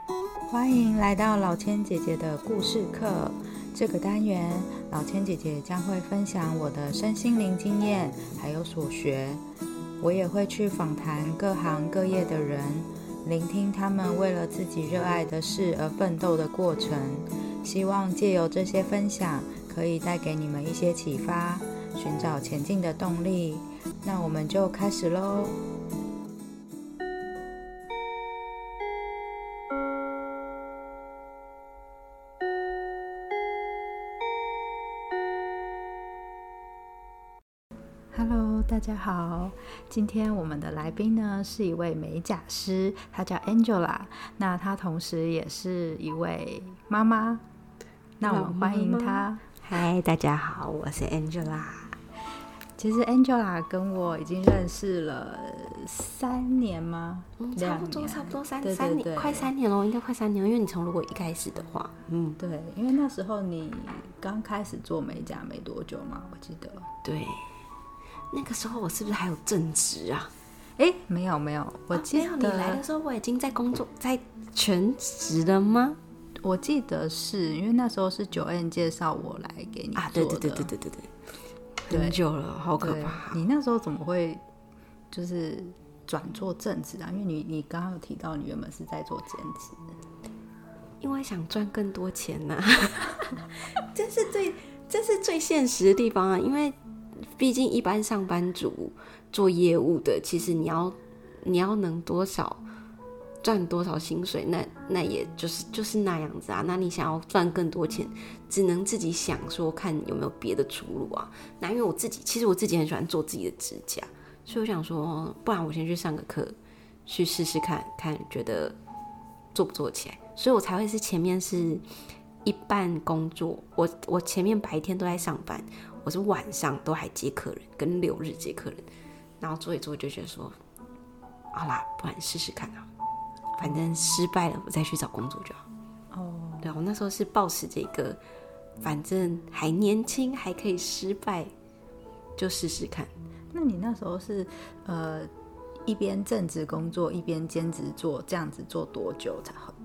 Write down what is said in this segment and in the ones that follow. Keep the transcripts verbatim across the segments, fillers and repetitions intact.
欢迎来到老千姐姐的故事课。这个单元，老千姐姐将会分享我的身心灵经验，还有所学。我也会去访谈各行各业的人，聆听他们为了自己热爱的事而奋斗的过程。希望借由这些分享，可以带给你们一些启发，寻找前进的动力。那我们就开始咯。Hello， 大家好。今天我们的来宾呢是一位美甲师，她叫 Angela。那她同时也是一位妈妈。那我们欢迎她。 嗨，大家好，我是 Angela。 其实 Angela 跟我已经认识了三年吗？ 嗯，差不多，差不多三对对对三年，快三年了，应该快三年了。因为你从如果一开始的话，嗯， 对，因为那时候你刚开始做美甲没多久嘛，我记得。 对。那个时候我是不是还有正职啊？ 哎，没有没有，我记得、 哦、没有，你来的时候我已经在工作，在全职了吗？ 我记得是因为那时候是九 N 介绍我来给你做的啊，对对对对对对对，很久了，好可怕。 你那时候怎么会就是转做正职啊？因为你你刚刚有提到你原本是在做兼职， 因为想赚更多钱呐、啊，这是最这是最现实的地方啊，因为。毕竟一般上班族做业务的，其实你要你要能多少赚多少薪水，那那也就是就是那样子啊。那你想要赚更多钱，只能自己想说看有没有别的出路啊。那因为我自己其实我自己很喜欢做自己的指甲，所以我想说，不然我先去上个课，去试试看看，觉得做不做起来。所以我才会是前面是一半工作，我我前面白天都在上班。我是晚上都还接客人，跟六日接客人，然后做一做就觉得说，好啦，不然试试看啊，反正失败了我再去找工作就好。哦，对，我那时候是抱持这个，反正还年轻，还可以失败，就试试看。 那你那时候是呃一边正职工作一边兼职做，这样子做多久才好？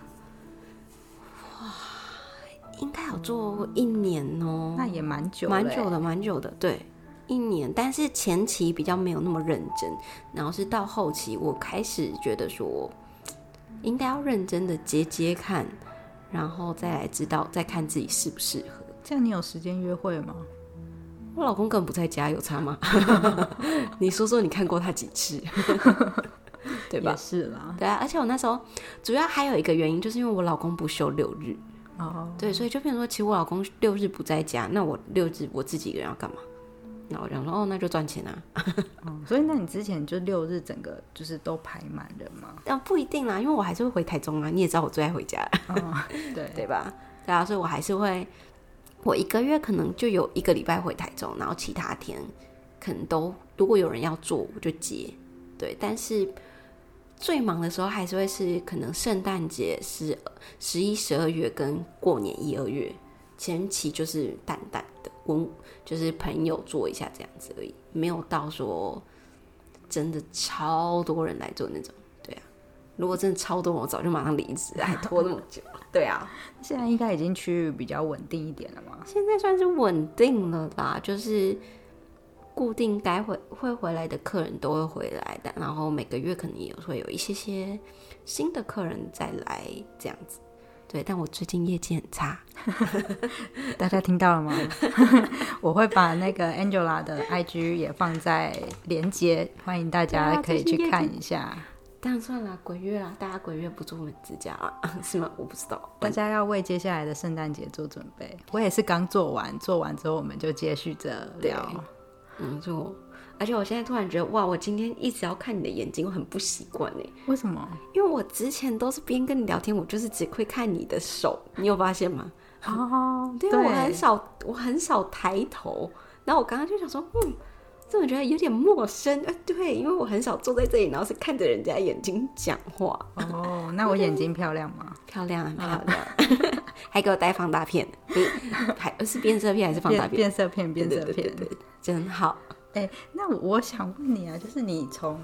应该有做一年哦， 那也蛮久， 蛮久的，蛮久的，对，一年。但是前期比较没有那么认真，然后是到后期我开始觉得说，应该要认真的接接看，然后再来知道，再看自己适不适合。 这样你有时间约会吗？ 我老公根本不在家，有差吗？你说说你看过他几次？对吧？ 也是啦， 对啊。而且我那时候主要还有一个原因，就是因为我老公不休六日。哦，对，所以就变成说，其实我老公六日不在家，那我六日我自己一个人要干嘛？那我想说，哦，那就赚钱啊。 哦，所以那你之前就六日整个就是都排满人吗？ 但不一定啦，因为我还是会回台中啊。你也知道我最爱回家， 哦、对对吧？对啊，所以我还是会，我一个月可能就有一个礼拜回台中，然后其他天可能都如果有人要做我就接，对，但是。最忙的时候还是会是可能圣诞节是十一、十二月跟过年一二月前期就是淡淡的温，就是朋友做一下这样子而已，没有到说真的超多人来做那种。对啊，如果真的超多人，我早就马上离职，还拖那么久。对啊， 现在应该已经趋于比较稳定一点了吗？ 现在算是稳定了啦，就是。固定该会会回来的客人都会回来的，然后每个月可能也会有一些些新的客人再来这样子。对，但我最近业绩很差， 大家听到了吗？我会把那个 Angela 的 I G 也放在连结，欢迎大家可以去看一下。 当然算了，鬼月啦，大家鬼月不做指甲啦，是吗？我不知道。 大家要为接下来的圣诞节做准备。我也是刚做完，做完之后我们就接续着聊。 嗯，就而且我现在突然觉得，哇，我今天一直要看你的眼睛，我很不习惯哎。 为什么？ 因为我之前都是边跟你聊天，我就是只会看你的手，你有发现吗？ 哦， 对，我很少，我很少抬头。然后我刚刚就想说，嗯，这我觉得有点陌生。呃，对，因为我很少坐在这里，然后是看着人家眼睛讲话。 哦，那我眼睛漂亮吗？ 漂亮，很漂亮。还给我带放大片，还是变色片还是放大片？ 变色片，变色片， 对对对对，真好。 哎、欸，那我想问你啊，就是你从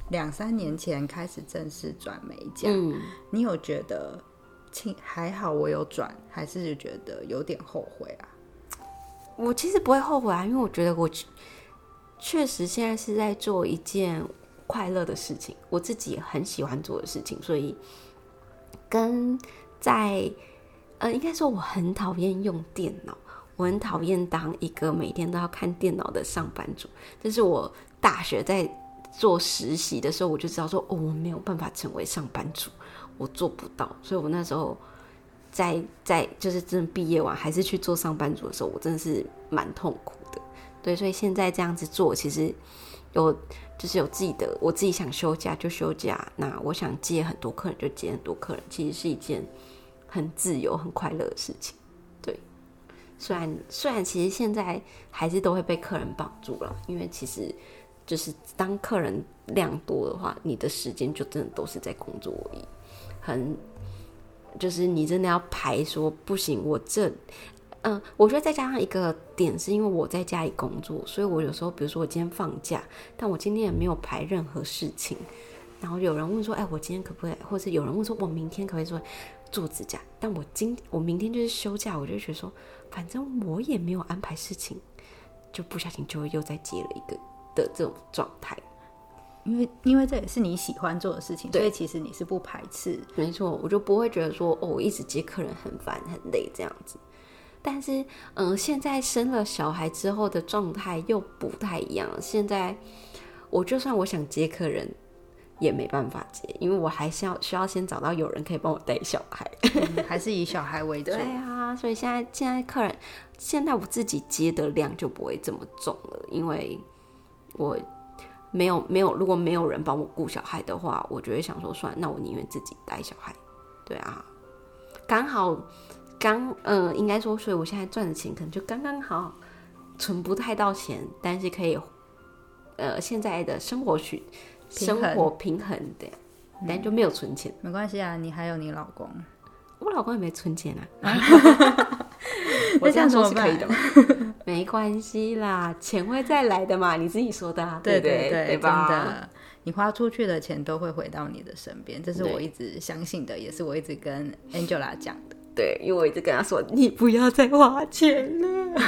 两三年前开始正式转美甲， 嗯， 你有觉得还好我有转，还是觉得有点后悔啊？ 我其实不会后悔啊，因为我觉得我确实现在是在做一件快乐的事情，我自己也很喜欢做的事情，所以跟在呃，应该说我很讨厌用电脑，我很讨厌当一个每天都要看电脑的上班族。但是我大学在做实习的时候，我就知道说，哦，我没有办法成为上班族，我做不到。所以我那时候在在就是真的毕业完还是去做上班族的时候，我真的是蛮痛苦的。对，所以现在这样子做，其实有就是有自己的，我自己想休假就休假，那我想接很多客人就接很多客人，其实是一件很自由、很快乐的事情。对，虽然虽然其实现在还是都会被客人绑住了，因为其实就是当客人量多的话，你的时间就真的都是在工作而已，很就是你真的要排说不行，我这。嗯，我觉得再加上一个点是因为我在家里工作，所以我有时候比如说我今天放假，但我今天也没有排任何事情，然后有人问说哎，我今天可不可以，或是有人问说我明天可不可以说做指甲，但我今我明天就是休假，我就觉得说反正我也没有安排事情，就不小心就又再接了一个的这种状态。 因为因为这也是你喜欢做的事情，所以其实你是不排斥。 没错，我就不会觉得说哦，我一直接客人很烦很累这样子。但是，嗯，现在生了小孩之后的状态又不太一样了。现在，我就算我想接客人，也没办法接，因为我还是要需要先找到有人可以帮我带小孩， 嗯、还是以小孩为主。 对啊，所以现在现在客人，现在我自己接的量就不会这么重了，因为我没有没有，如果没有人帮我顾小孩的话，我就会想说，算了，那我宁愿自己带小孩。对啊，刚好。刚嗯，应该说，所以我现在赚的钱可能就刚刚好，存不太到钱，但是可以，呃，现在的生活去生活平衡的，但就没有存钱、 嗯。没关系啊，你还有你老公， 我老公也没存钱啊。 我这样说是可以的吗？ 没关系啦，钱会再来的嘛，你自己说的、啊，对对对对, 对吧？ 真的，你花出去的钱都会回到你的身边，这是我一直相信的，也是我一直跟 Angela 讲的。 对，因为我一直跟他说，你不要再花钱了。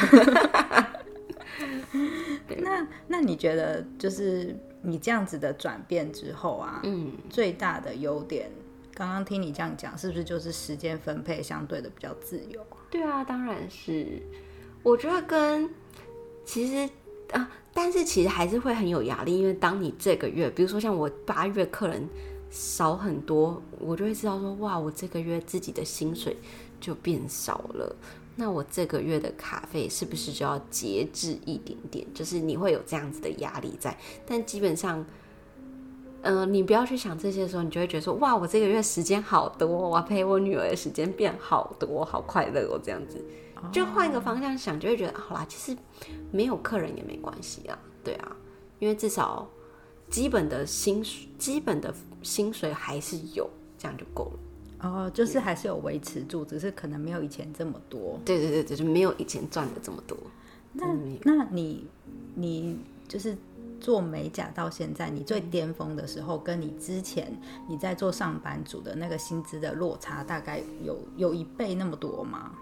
那那你觉得，就是你这样子的转变之后啊，嗯，最大的优点，刚刚听你这样讲，是不是就是时间分配相对的比较自由？ 对啊，当然是。我觉得跟其实啊，但是其实还是会很有压力，因为当你这个月，比如说像我八月客人少很多，我就会知道说，哇，我这个月自己的薪水就变少了，那我这个月的卡费是不是就要节制一点点？就是你会有这样子的压力在，但基本上，呃，你不要去想这些的时候，你就会觉得说，哇，我这个月时间好多，我要陪我女儿的时间变好多，好快乐哦，这样子，就换一个方向想，就会觉得，好啦，其实没有客人也没关系啊，对啊，因为至少基本的薪水，基本的薪水还是有，这样就够了。 哦，就是还是有维持住，只是可能没有以前这么多。 对对对对，就没有以前赚的这么多。 那那你你就是做美甲到现在，你最巅峰的时候，跟你之前你在做上班族的那个薪资的落差，大概有有一倍那么多吗？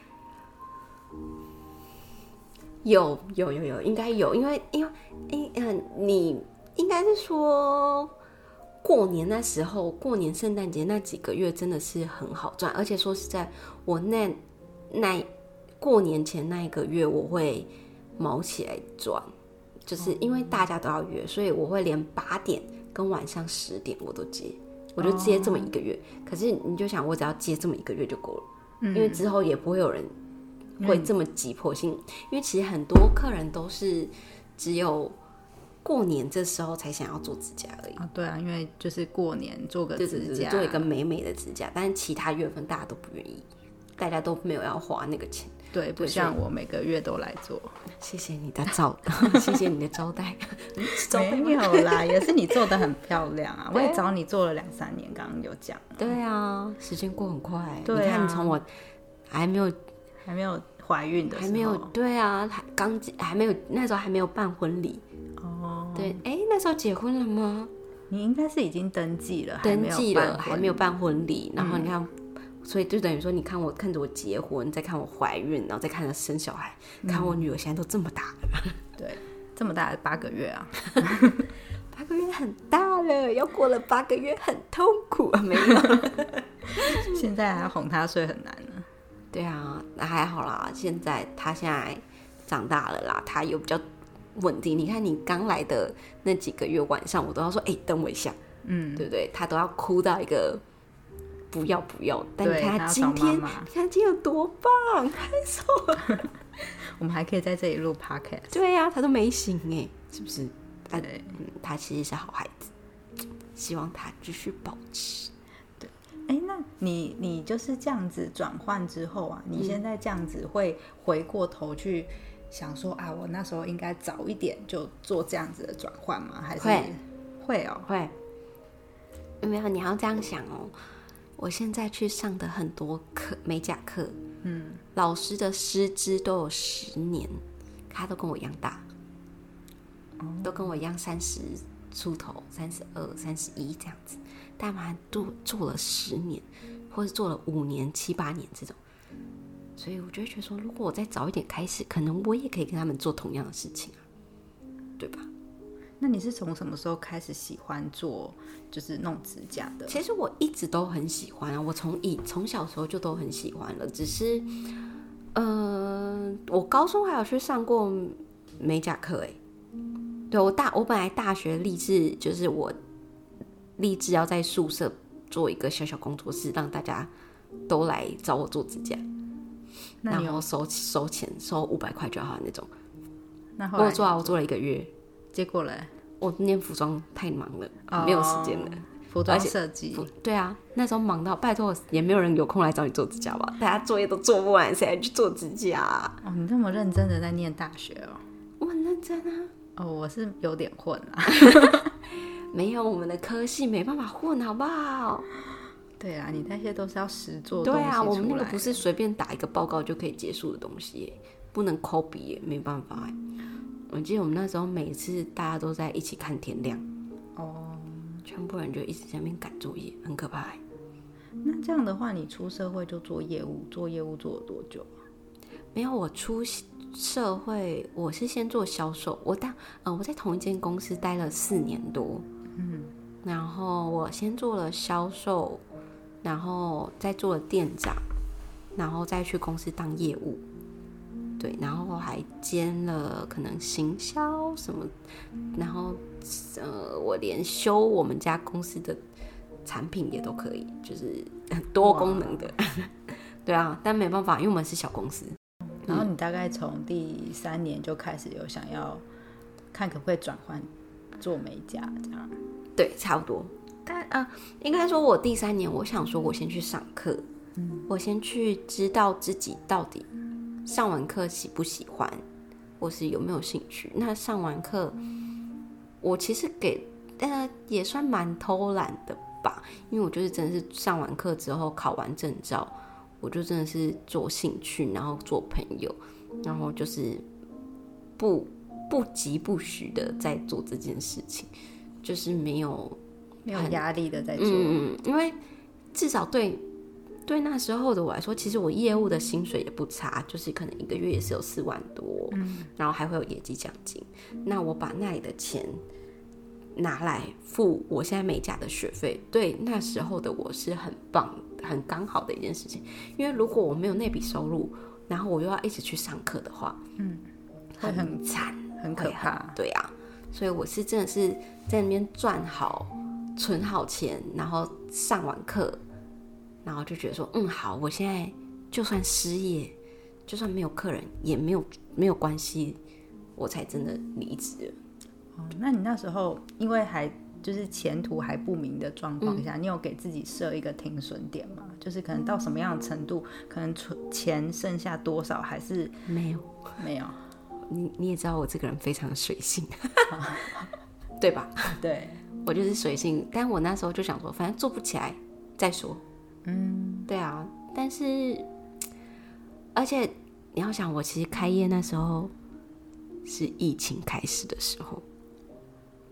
有有有有，应该有，因为因为因嗯，你应该是说。过年那时候，过年圣诞节那几个月真的是很好赚，而且说实在，我那那过年前那一个月我会卯起来赚，就是因为大家都要约，所以我会连八点跟晚上十点我都接，我就接这么一个月。可是你就想，我只要接这么一个月就够了，因为之后也不会有人会这么急迫性，因为其实很多客人都是只有。过年这时候才想要做指甲而已啊，对啊，因为就是过年做个指甲， 对对对，做一个美美的指甲，但是其他月份大家都不愿意，大家都没有要花那个钱。 对，不像我每个月都来做。 谢谢你的招，谢谢你的招待。 没有啦，也是你做的很漂亮啊！我也找你做了两三年，刚刚有讲。 对啊，时间过很快。 对啊， 你看你从我还没有还没有怀孕的时候， 还没有对啊，还刚还没有那时候还没有办婚礼。 哦， 对，哎，那时候结婚了吗？ 你应该是已经登记了， 登记了还没有办婚礼，然后你看、嗯，所以就等于说，你看我看着我结婚，再看我怀孕，然后再看着生小孩、嗯，看我女儿现在都这么大了， 对，这么大的八个月啊， 八个月很大了，要过了八个月很痛苦啊，没有， 现在还哄她睡很难呢。 对啊，那还好啦，现在她现在长大了啦，她有比较稳定。你看你刚来的那几个月晚上，我都要说，哎、欸，等我一下，嗯，对不对？她都要哭到一个不要不要。但你看她今天，你看今天有多棒，拍手。 我们还可以在这里录 podcast。 对呀、啊，她都没醒哎，是不是？对，嗯，她其实是好孩子，希望她继续保持。 对，哎，那你你就是这样子转换之后啊，你现在这样子会回过头去想说啊，我那时候应该早一点就做这样子的转换吗？还是会会哦， 会。没有，你要这样想哦。我现在去上的很多课，美甲课，嗯，老师的师资都有十年，他都跟我一样大，哦、都跟我一样三十出头，三十二、三十一这样子，但他们都做了十年，或是做了五年、七八年这种。所以我就会觉得说，如果我再早一点开始，可能我也可以跟他们做同样的事情啊，对吧？ 那你是从什么时候开始喜欢做就是弄指甲的？ 其实我一直都很喜欢啊，我从以从小时候就都很喜欢了，只是呃，我高中还有去上过美甲课哎，对我大我本来大学立志就是我立志要在宿舍做一个小小工作室，让大家都来找我做指甲。然后收收钱，收五百块就好那种。 那后来我做啊，我做了一个月， 结果嘞， 我念服装太忙了，哦、没有时间了。 服装设计， 对啊，那时候忙到拜托，也没有人有空来找你做指甲吧？大家作业都做不完，谁还去做指甲、啊？ 哦，你这么认真的在念大学哦？ 我很认真啊。 哦，我是有点混啊。 没有，我们的科系没办法混，好不好？ 对啊，你那些都是要实做东西出来。 对啊，我们那个不是随便打一个报告就可以结束的东西耶，不能 copy 耶，没办法耶。我记得我们那时候每次大家都在一起看天亮，哦，全部人就一直在那边赶作业，很可怕耶。 那这样的话，你出社会就做业务，做业务做了多久啊？ 没有，我出社会我是先做销售，我当呃我在同一间公司待了四年多，嗯，然后我先做了销售。然后再做了店长，然后再去公司当业务，对，然后还兼了可能行销什么，然后呃，我连修我们家公司的产品也都可以，就是很多功能的，对啊，但没办法，因为我们是小公司。 然后你大概从第三年就开始有想要看可不可以转换做美甲这样？ 对，差不多。但啊，应该说，我第三年，我想说，我先去上课，嗯，我先去知道自己到底上完课喜不喜欢，或是有没有兴趣。那上完课，我其实给呃也算蛮偷懒的吧，因为我就是真的是上完课之后考完证照，我就真的是做兴趣，然后做朋友，然后就是不不急不徐的在做这件事情，就是没有。 没有压力的在做， 嗯，因为至少对对那时候的我来说，其实我业务的薪水也不差，就是可能一个月也是有四万多，嗯，然后还会有业绩奖金。那我把那里的钱拿来付我现在美甲的学费，对那时候的我是很棒、很刚好的一件事情。因为如果我没有那笔收入，然后我又要一直去上课的话，嗯，会很惨、 很可怕。 对啊，所以我是真的是在那边赚好。存好钱，然后上完课，然后就觉得说，嗯，好，我现在就算失业，就算没有客人，也没有没有关系，我才真的离职了。 哦，那你那时候因为还就是前途还不明的状况下，嗯，你有给自己设一个停损点吗？就是可能到什么样的程度，可能钱剩下多少，还是没有没有？ 你你也知道我这个人非常的随性，对吧？ 对。 我就是随性，但我那时候就想说，反正做不起来再说。嗯，对啊，但是而且你要想，我其实开业那时候是疫情开始的时候，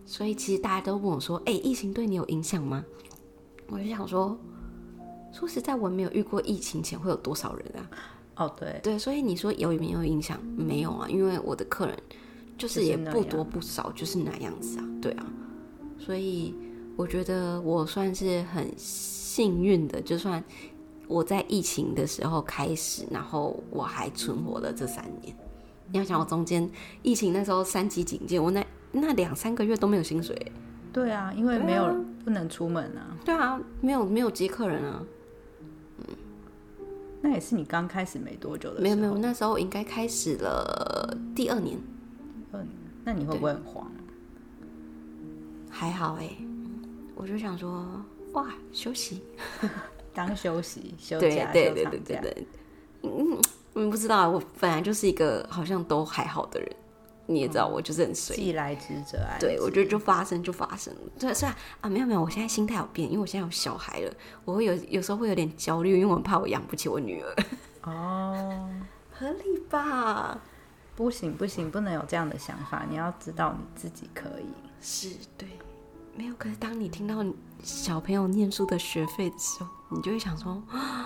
所以其实大家都问我说：“哎、欸，疫情对你有影响吗？”我就想说，说实在，我没有遇过疫情前会有多少人啊。 哦，对对，所以你说有没有影响？没有啊，因为我的客人就是也不多不少，就是那样子啊。对啊，所以我觉得我算是很幸运的，就算我在疫情的时候开始，然后我还存活了这三年。你要想，我中间疫情那时候三级警戒，我那那两三个月都没有薪水。 对啊，因为没有、啊、不能出门啊。 对啊，没有没有接客人啊。 嗯，那也是你刚开始没多久的时候。 没有没有，那时候应该开始了第二年。 嗯，那你会不会很慌？ 还好哎、欸，我就想说，哇，休息， 刚休息休假，对对对对对对。嗯，我不知道，我本来就是一个好像都还好的人。你也知道我就是很随， 既来之则安之。 对，我觉得就发生就发生了。对，虽然啊没有没有，我现在心态有变，因为我现在有小孩了，我会有有时候会有点焦虑，因为我怕我养不起我女儿。 哦， 合理吧？ 不行不行，不能有这样的想法，你要知道你自己可以。 是，对，没有。可是当你听到小朋友念书的学费的时候，你就会想说，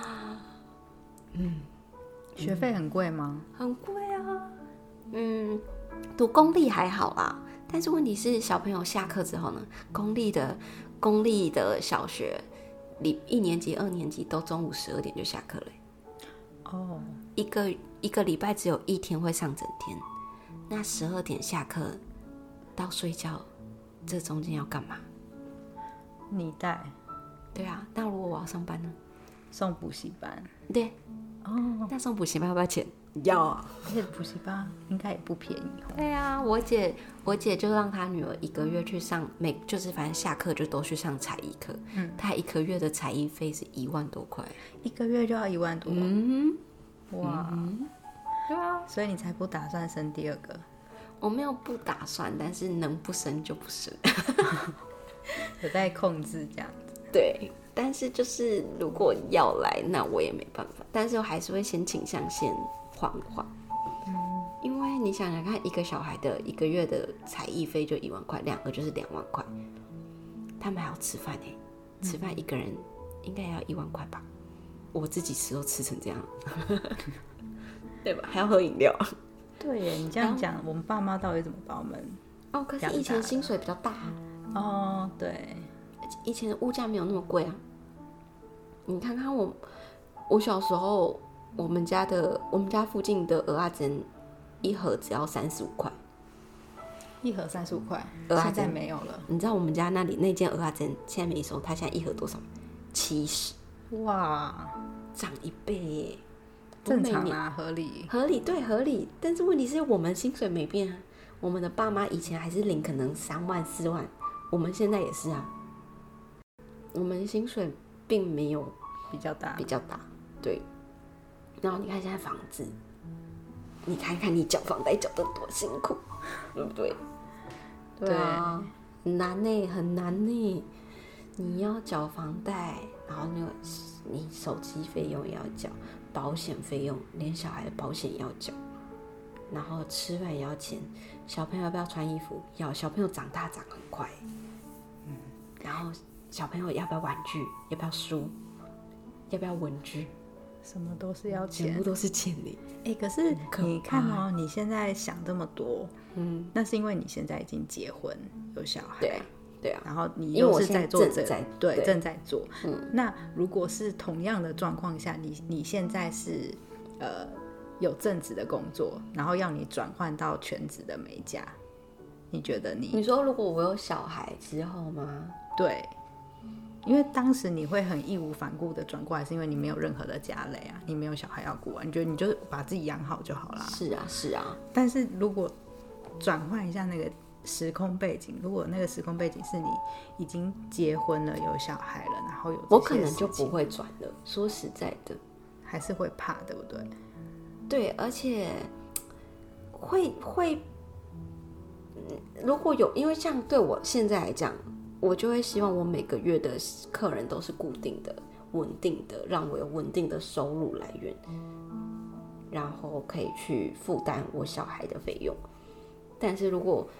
嗯， 学费很贵吗？ 很贵啊，嗯。读公立还好啦，但是问题是小朋友下课之后呢，公立的公立的小学，一年级、二年级都中午十二点就下课了。 哦， 一个一个礼拜只有一天会上整天，那十二点下课到睡觉，这中间要干嘛？ 你带？ 对啊，那如果我要上班呢？ 送补习班？ 对。哦，那送补习班要不要钱？要啊， 而且补习班应该也不便宜哦。 对啊，我姐我姐就让她女儿一个月去上，每就是反正下课就都去上才艺课。嗯，她一个月的才艺费是一万多块， 一个月就要一万多。 嗯， 哇， 嗯，对啊， 所以你才不打算生第二个？ 我没有不打算，但是能不生就不生， 有在控制这样子。 对。但是就是如果要来，那我也没办法。但是我还是会先倾向先缓缓，嗯，因为你想想看，一个小孩的一个月的才艺费就一万块，两个就是两万块，他们还要吃饭哎、欸，吃饭一个人应该也要一万块吧？我自己吃都吃成这样，对吧？还要喝饮料。 对耶，你这样讲，我们爸妈到底怎么把我们？ 哦，可是以前薪水比较大。 哦，对， 以前的物价没有那么贵啊。你看看我，我小时候，我们家的我们家附近的蚵仔煎一盒只要三十五块， 一盒三十五块，现在没有了。 你知道我们家那里那间蚵仔煎现在没收，它现在一盒多少？七十。 哇， 涨一倍耶！ 正常啊，合理， 合理，对，合理。但是问题是我们薪水没变啊，我们的爸妈以前还是领可能三万四万，我们现在也是啊，我们薪水并没有比较大， 比较大，对。然后你看现在房子，你看看你缴房贷缴得多辛苦，对不对？对啊，很难呢，很难呢。你要缴房贷，然后那个你手机费用也要缴，保险费用，连小孩的保险也要缴，然后吃饭也要钱，小朋友要不要穿衣服？要，小朋友长大长很快，嗯，然后小朋友要不要玩具？要不要书？要不要文具？ 什么都是要钱， 全部都是钱的。 哎、欸，可是你看哦，你现在想这么多， 嗯， 那是因为你现在已经结婚有小孩， 对啊，对啊， 然后你又是在做这个， 对， 对， 正在做。嗯，那如果是同样的状况下，你你现在是呃有正职的工作，然后要你转换到全职的美甲，你觉得你？ 你说如果我有小孩之后吗？ 对。因为当时你会很义无反顾的转过来，是因为你没有任何的家累啊，你没有小孩要顾啊，你觉得你就把自己养好就好啦。 是啊，是啊。 但是如果转换一下那个时空背景，如果那个时空背景是你已经结婚了，有小孩了，然后有这些我可能就不会转了。说实在的， 还是会怕，对不对？ 对，而且会会，如果有，因为像对我现在来讲。我就会希望我每个月的客人都是固定的、稳定的，让我有稳定的收入来源，然后可以去负担我小孩的费用。但是如果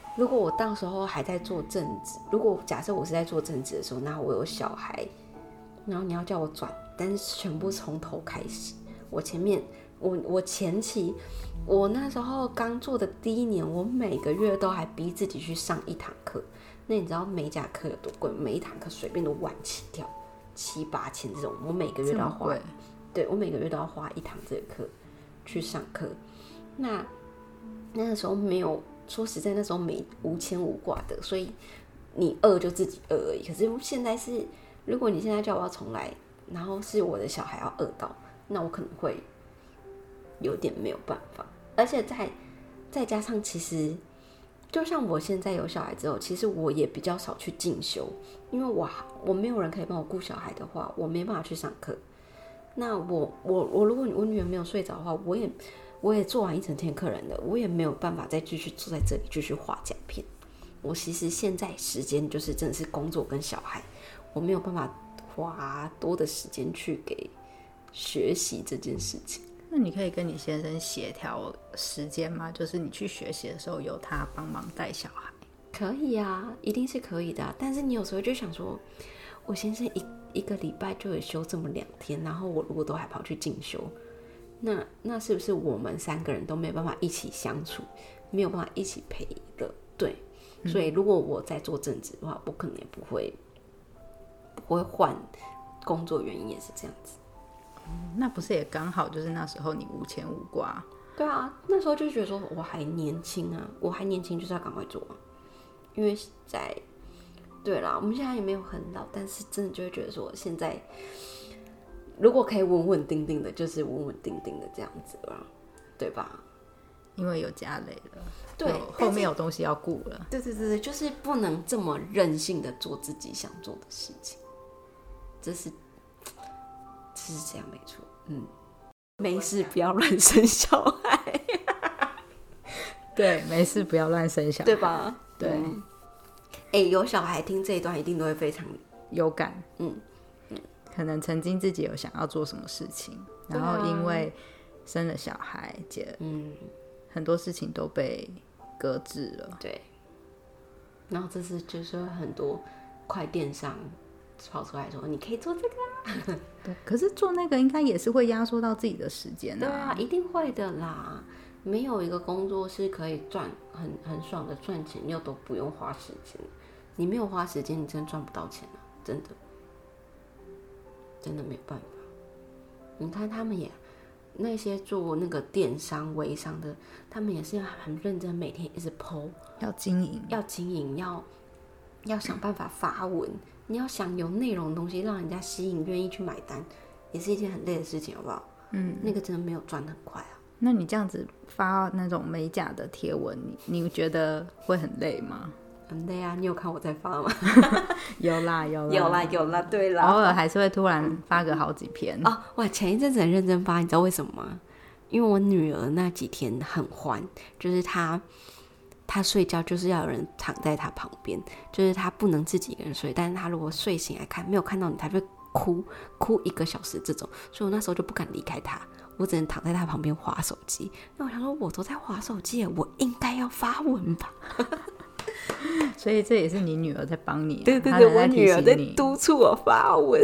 如果我到时候还在做正职，如果假设我是在做正职的时候，那我有小孩，然后你要叫我转，但是全部从头开始。我前面，我我前期，我那时候刚做的第一年，我每个月都还逼自己去上一堂课。那你知道美甲课有多贵？每一堂课随便都万起跳，七八千这种，我每个月都要花。对，我每个月都要花一堂这个课去上课。那那个时候没有。说实在，那时候没无牵无挂的，所以你饿就自己饿而已。可是现在是，如果你现在叫我要重来，然后是我的小孩要饿到，那我可能会有点没有办法。而且再再加上，其实就像我现在有小孩之后，其实我也比较少去进修，因为我我没有人可以帮我顾小孩的话，我没办法去上课。那我我我如果我女儿没有睡着的话，我也。我也做完一整天客人了，我也没有办法再继续坐在这里继续画甲片。我其实现在时间就是真的是工作跟小孩，我没有办法花多的时间去给学习这件事情。 那你可以跟你先生协调时间吗？就是你去学习的时候由他帮忙带小孩。 可以啊，一定是可以的啊。但是你有时候就想说，我先生一一个礼拜就有休这么两天，然后我如果都还跑去进修，那那是不是我们三个人都没有办法一起相处，没有办法一起陪的？对，所以如果我在做正职的话，我可能也不会不会换工作，原因也是这样子。 嗯，那不是也刚好就是那时候你无牵无挂？ 对啊，那时候就觉得说我还年轻啊，我还年轻就是要赶快做啊，因为在对啦，我们现在也没有很老，但是真的就会觉得说现在。如果可以稳稳定定的，就是稳稳定定的这样子了，对吧？ 因为有家累了， 对， 后面有东西要顾了。 对对对对，就是不能这么任性的做自己想做的事情，这是这是这样没错。嗯，没事不要乱生小孩。 对，没事不要乱生小孩， 对吧？ 对。哎、 嗯欸，有小孩听这一段一定都会非常有感。 嗯。 可能曾经自己有想要做什么事情，然后因为生了小孩，嗯，很多事情都被搁置了。 对，然后这次就是很多快电商跑出来说，你可以做这个啊。 对，可是做那个应该也是会压缩到自己的时间啊。 对啊，一定会的啦。没有一个工作是可以赚很很爽的赚钱，又都不用花时间。你没有花时间，你真的赚不到钱啊，真的。真的没有办法，你看他们也那些做那个电商微商的，他们也是很认真，每天一直 po， 要经营， 要经营，要要想办法发文，你要想有内容的东西让人家吸引，愿意去买单，也是一件很累的事情，好不好？嗯，那个真的没有赚得很快啊。 那你这样子发那种美甲的贴文，你你觉得会很累吗？ 很累啊，你有看我在发吗？ 有啦有啦有啦有啦，对啦， 偶尔还是会突然发个好几篇哦。哇，前一阵子很认真发，你知道为什么吗？因为我女儿那几天很欢，就是她她睡觉就是要有人躺在她旁边，就是她不能自己一个人睡，但是她如果睡醒来看没有看到你，她就哭哭一个小时这种，所以我那时候就不敢离开她，我只能躺在她旁边滑手机。那我想说，我都在滑手机，我应该要发文吧。 所以这也是你女儿在帮你、啊、 对对对，我女儿在督促我发文。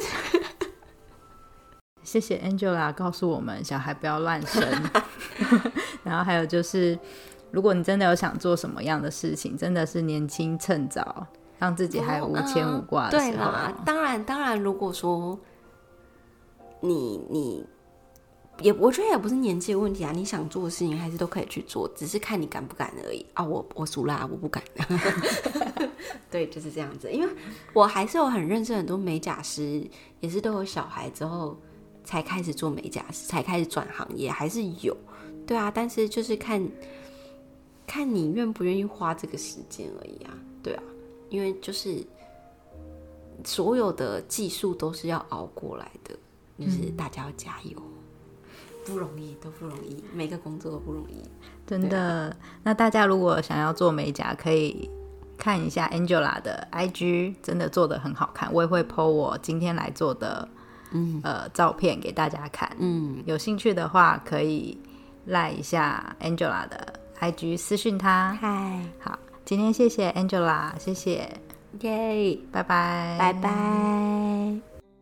谢谢 Angela 告诉我们小孩不要乱生。然后还有就是如果你真的有想做什么样的事情，真的是年轻趁早，让自己还无牵无挂的时候、哦嗯、对啦， 当然当然如果说你你也我觉得也不是年纪的问题啊，你想做的事情还是都可以去做，只是看你敢不敢而已啊。我我属啦，我不敢。对，就是这样子。因为我还是有很认识很多美甲师，也是都有小孩之后才开始做美甲师，才开始转行业，还是有。对啊，但是就是看看你愿不愿意花这个时间而已啊。对啊，因为就是所有的技术都是要熬过来的，就是大家要加油。嗯，不容易，都不容易，每个工作都不容易， 真的、啊、那大家如果想要做美甲，可以看一下 Angela 的 I G， 真的做得很好看，我也会 po 我今天来做的、嗯呃、照片给大家看、嗯、有兴趣的话可以赖一下 Angela 的 I G 私讯她。 嗨， 好， 今天谢谢 Angela， 谢谢， 耶， 拜拜， 拜拜。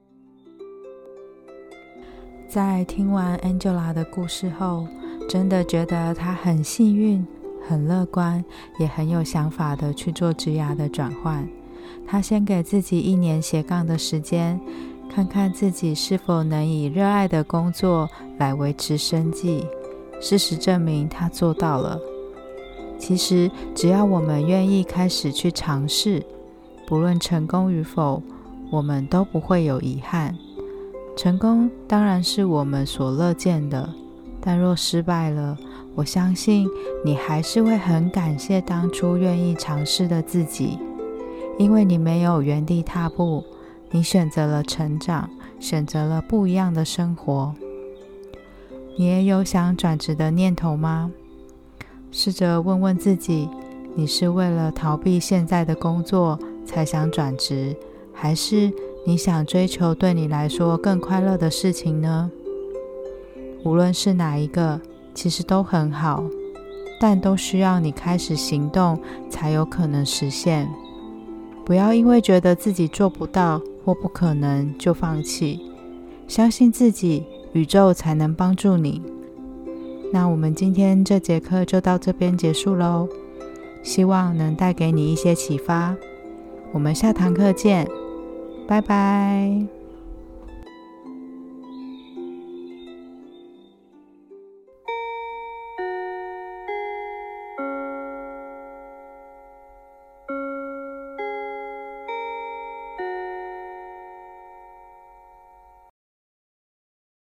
在听完 Angela 的故事后，真的觉得她很幸运，很乐观，也很有想法的去做职涯的转换。她先给自己一年斜杠的时间，看看自己是否能以热爱的工作来维持生计。事实证明她做到了。其实只要我们愿意开始去尝试，不论成功与否，我们都不会有遗憾。成功当然是我们所乐见的，但若失败了，我相信你还是会很感谢当初愿意尝试的自己，因为你没有原地踏步，你选择了成长，选择了不一样的生活。你也有想转职的念头吗？试着问问自己，你是为了逃避现在的工作才想转职，还是你想追求对你来说更快乐的事情呢？无论是哪一个，其实都很好，但都需要你开始行动才有可能实现。不要因为觉得自己做不到或不可能就放弃，相信自己，宇宙才能帮助你。那我们今天这节课就到这边结束咯，希望能带给你一些启发。我们下堂课见，拜拜。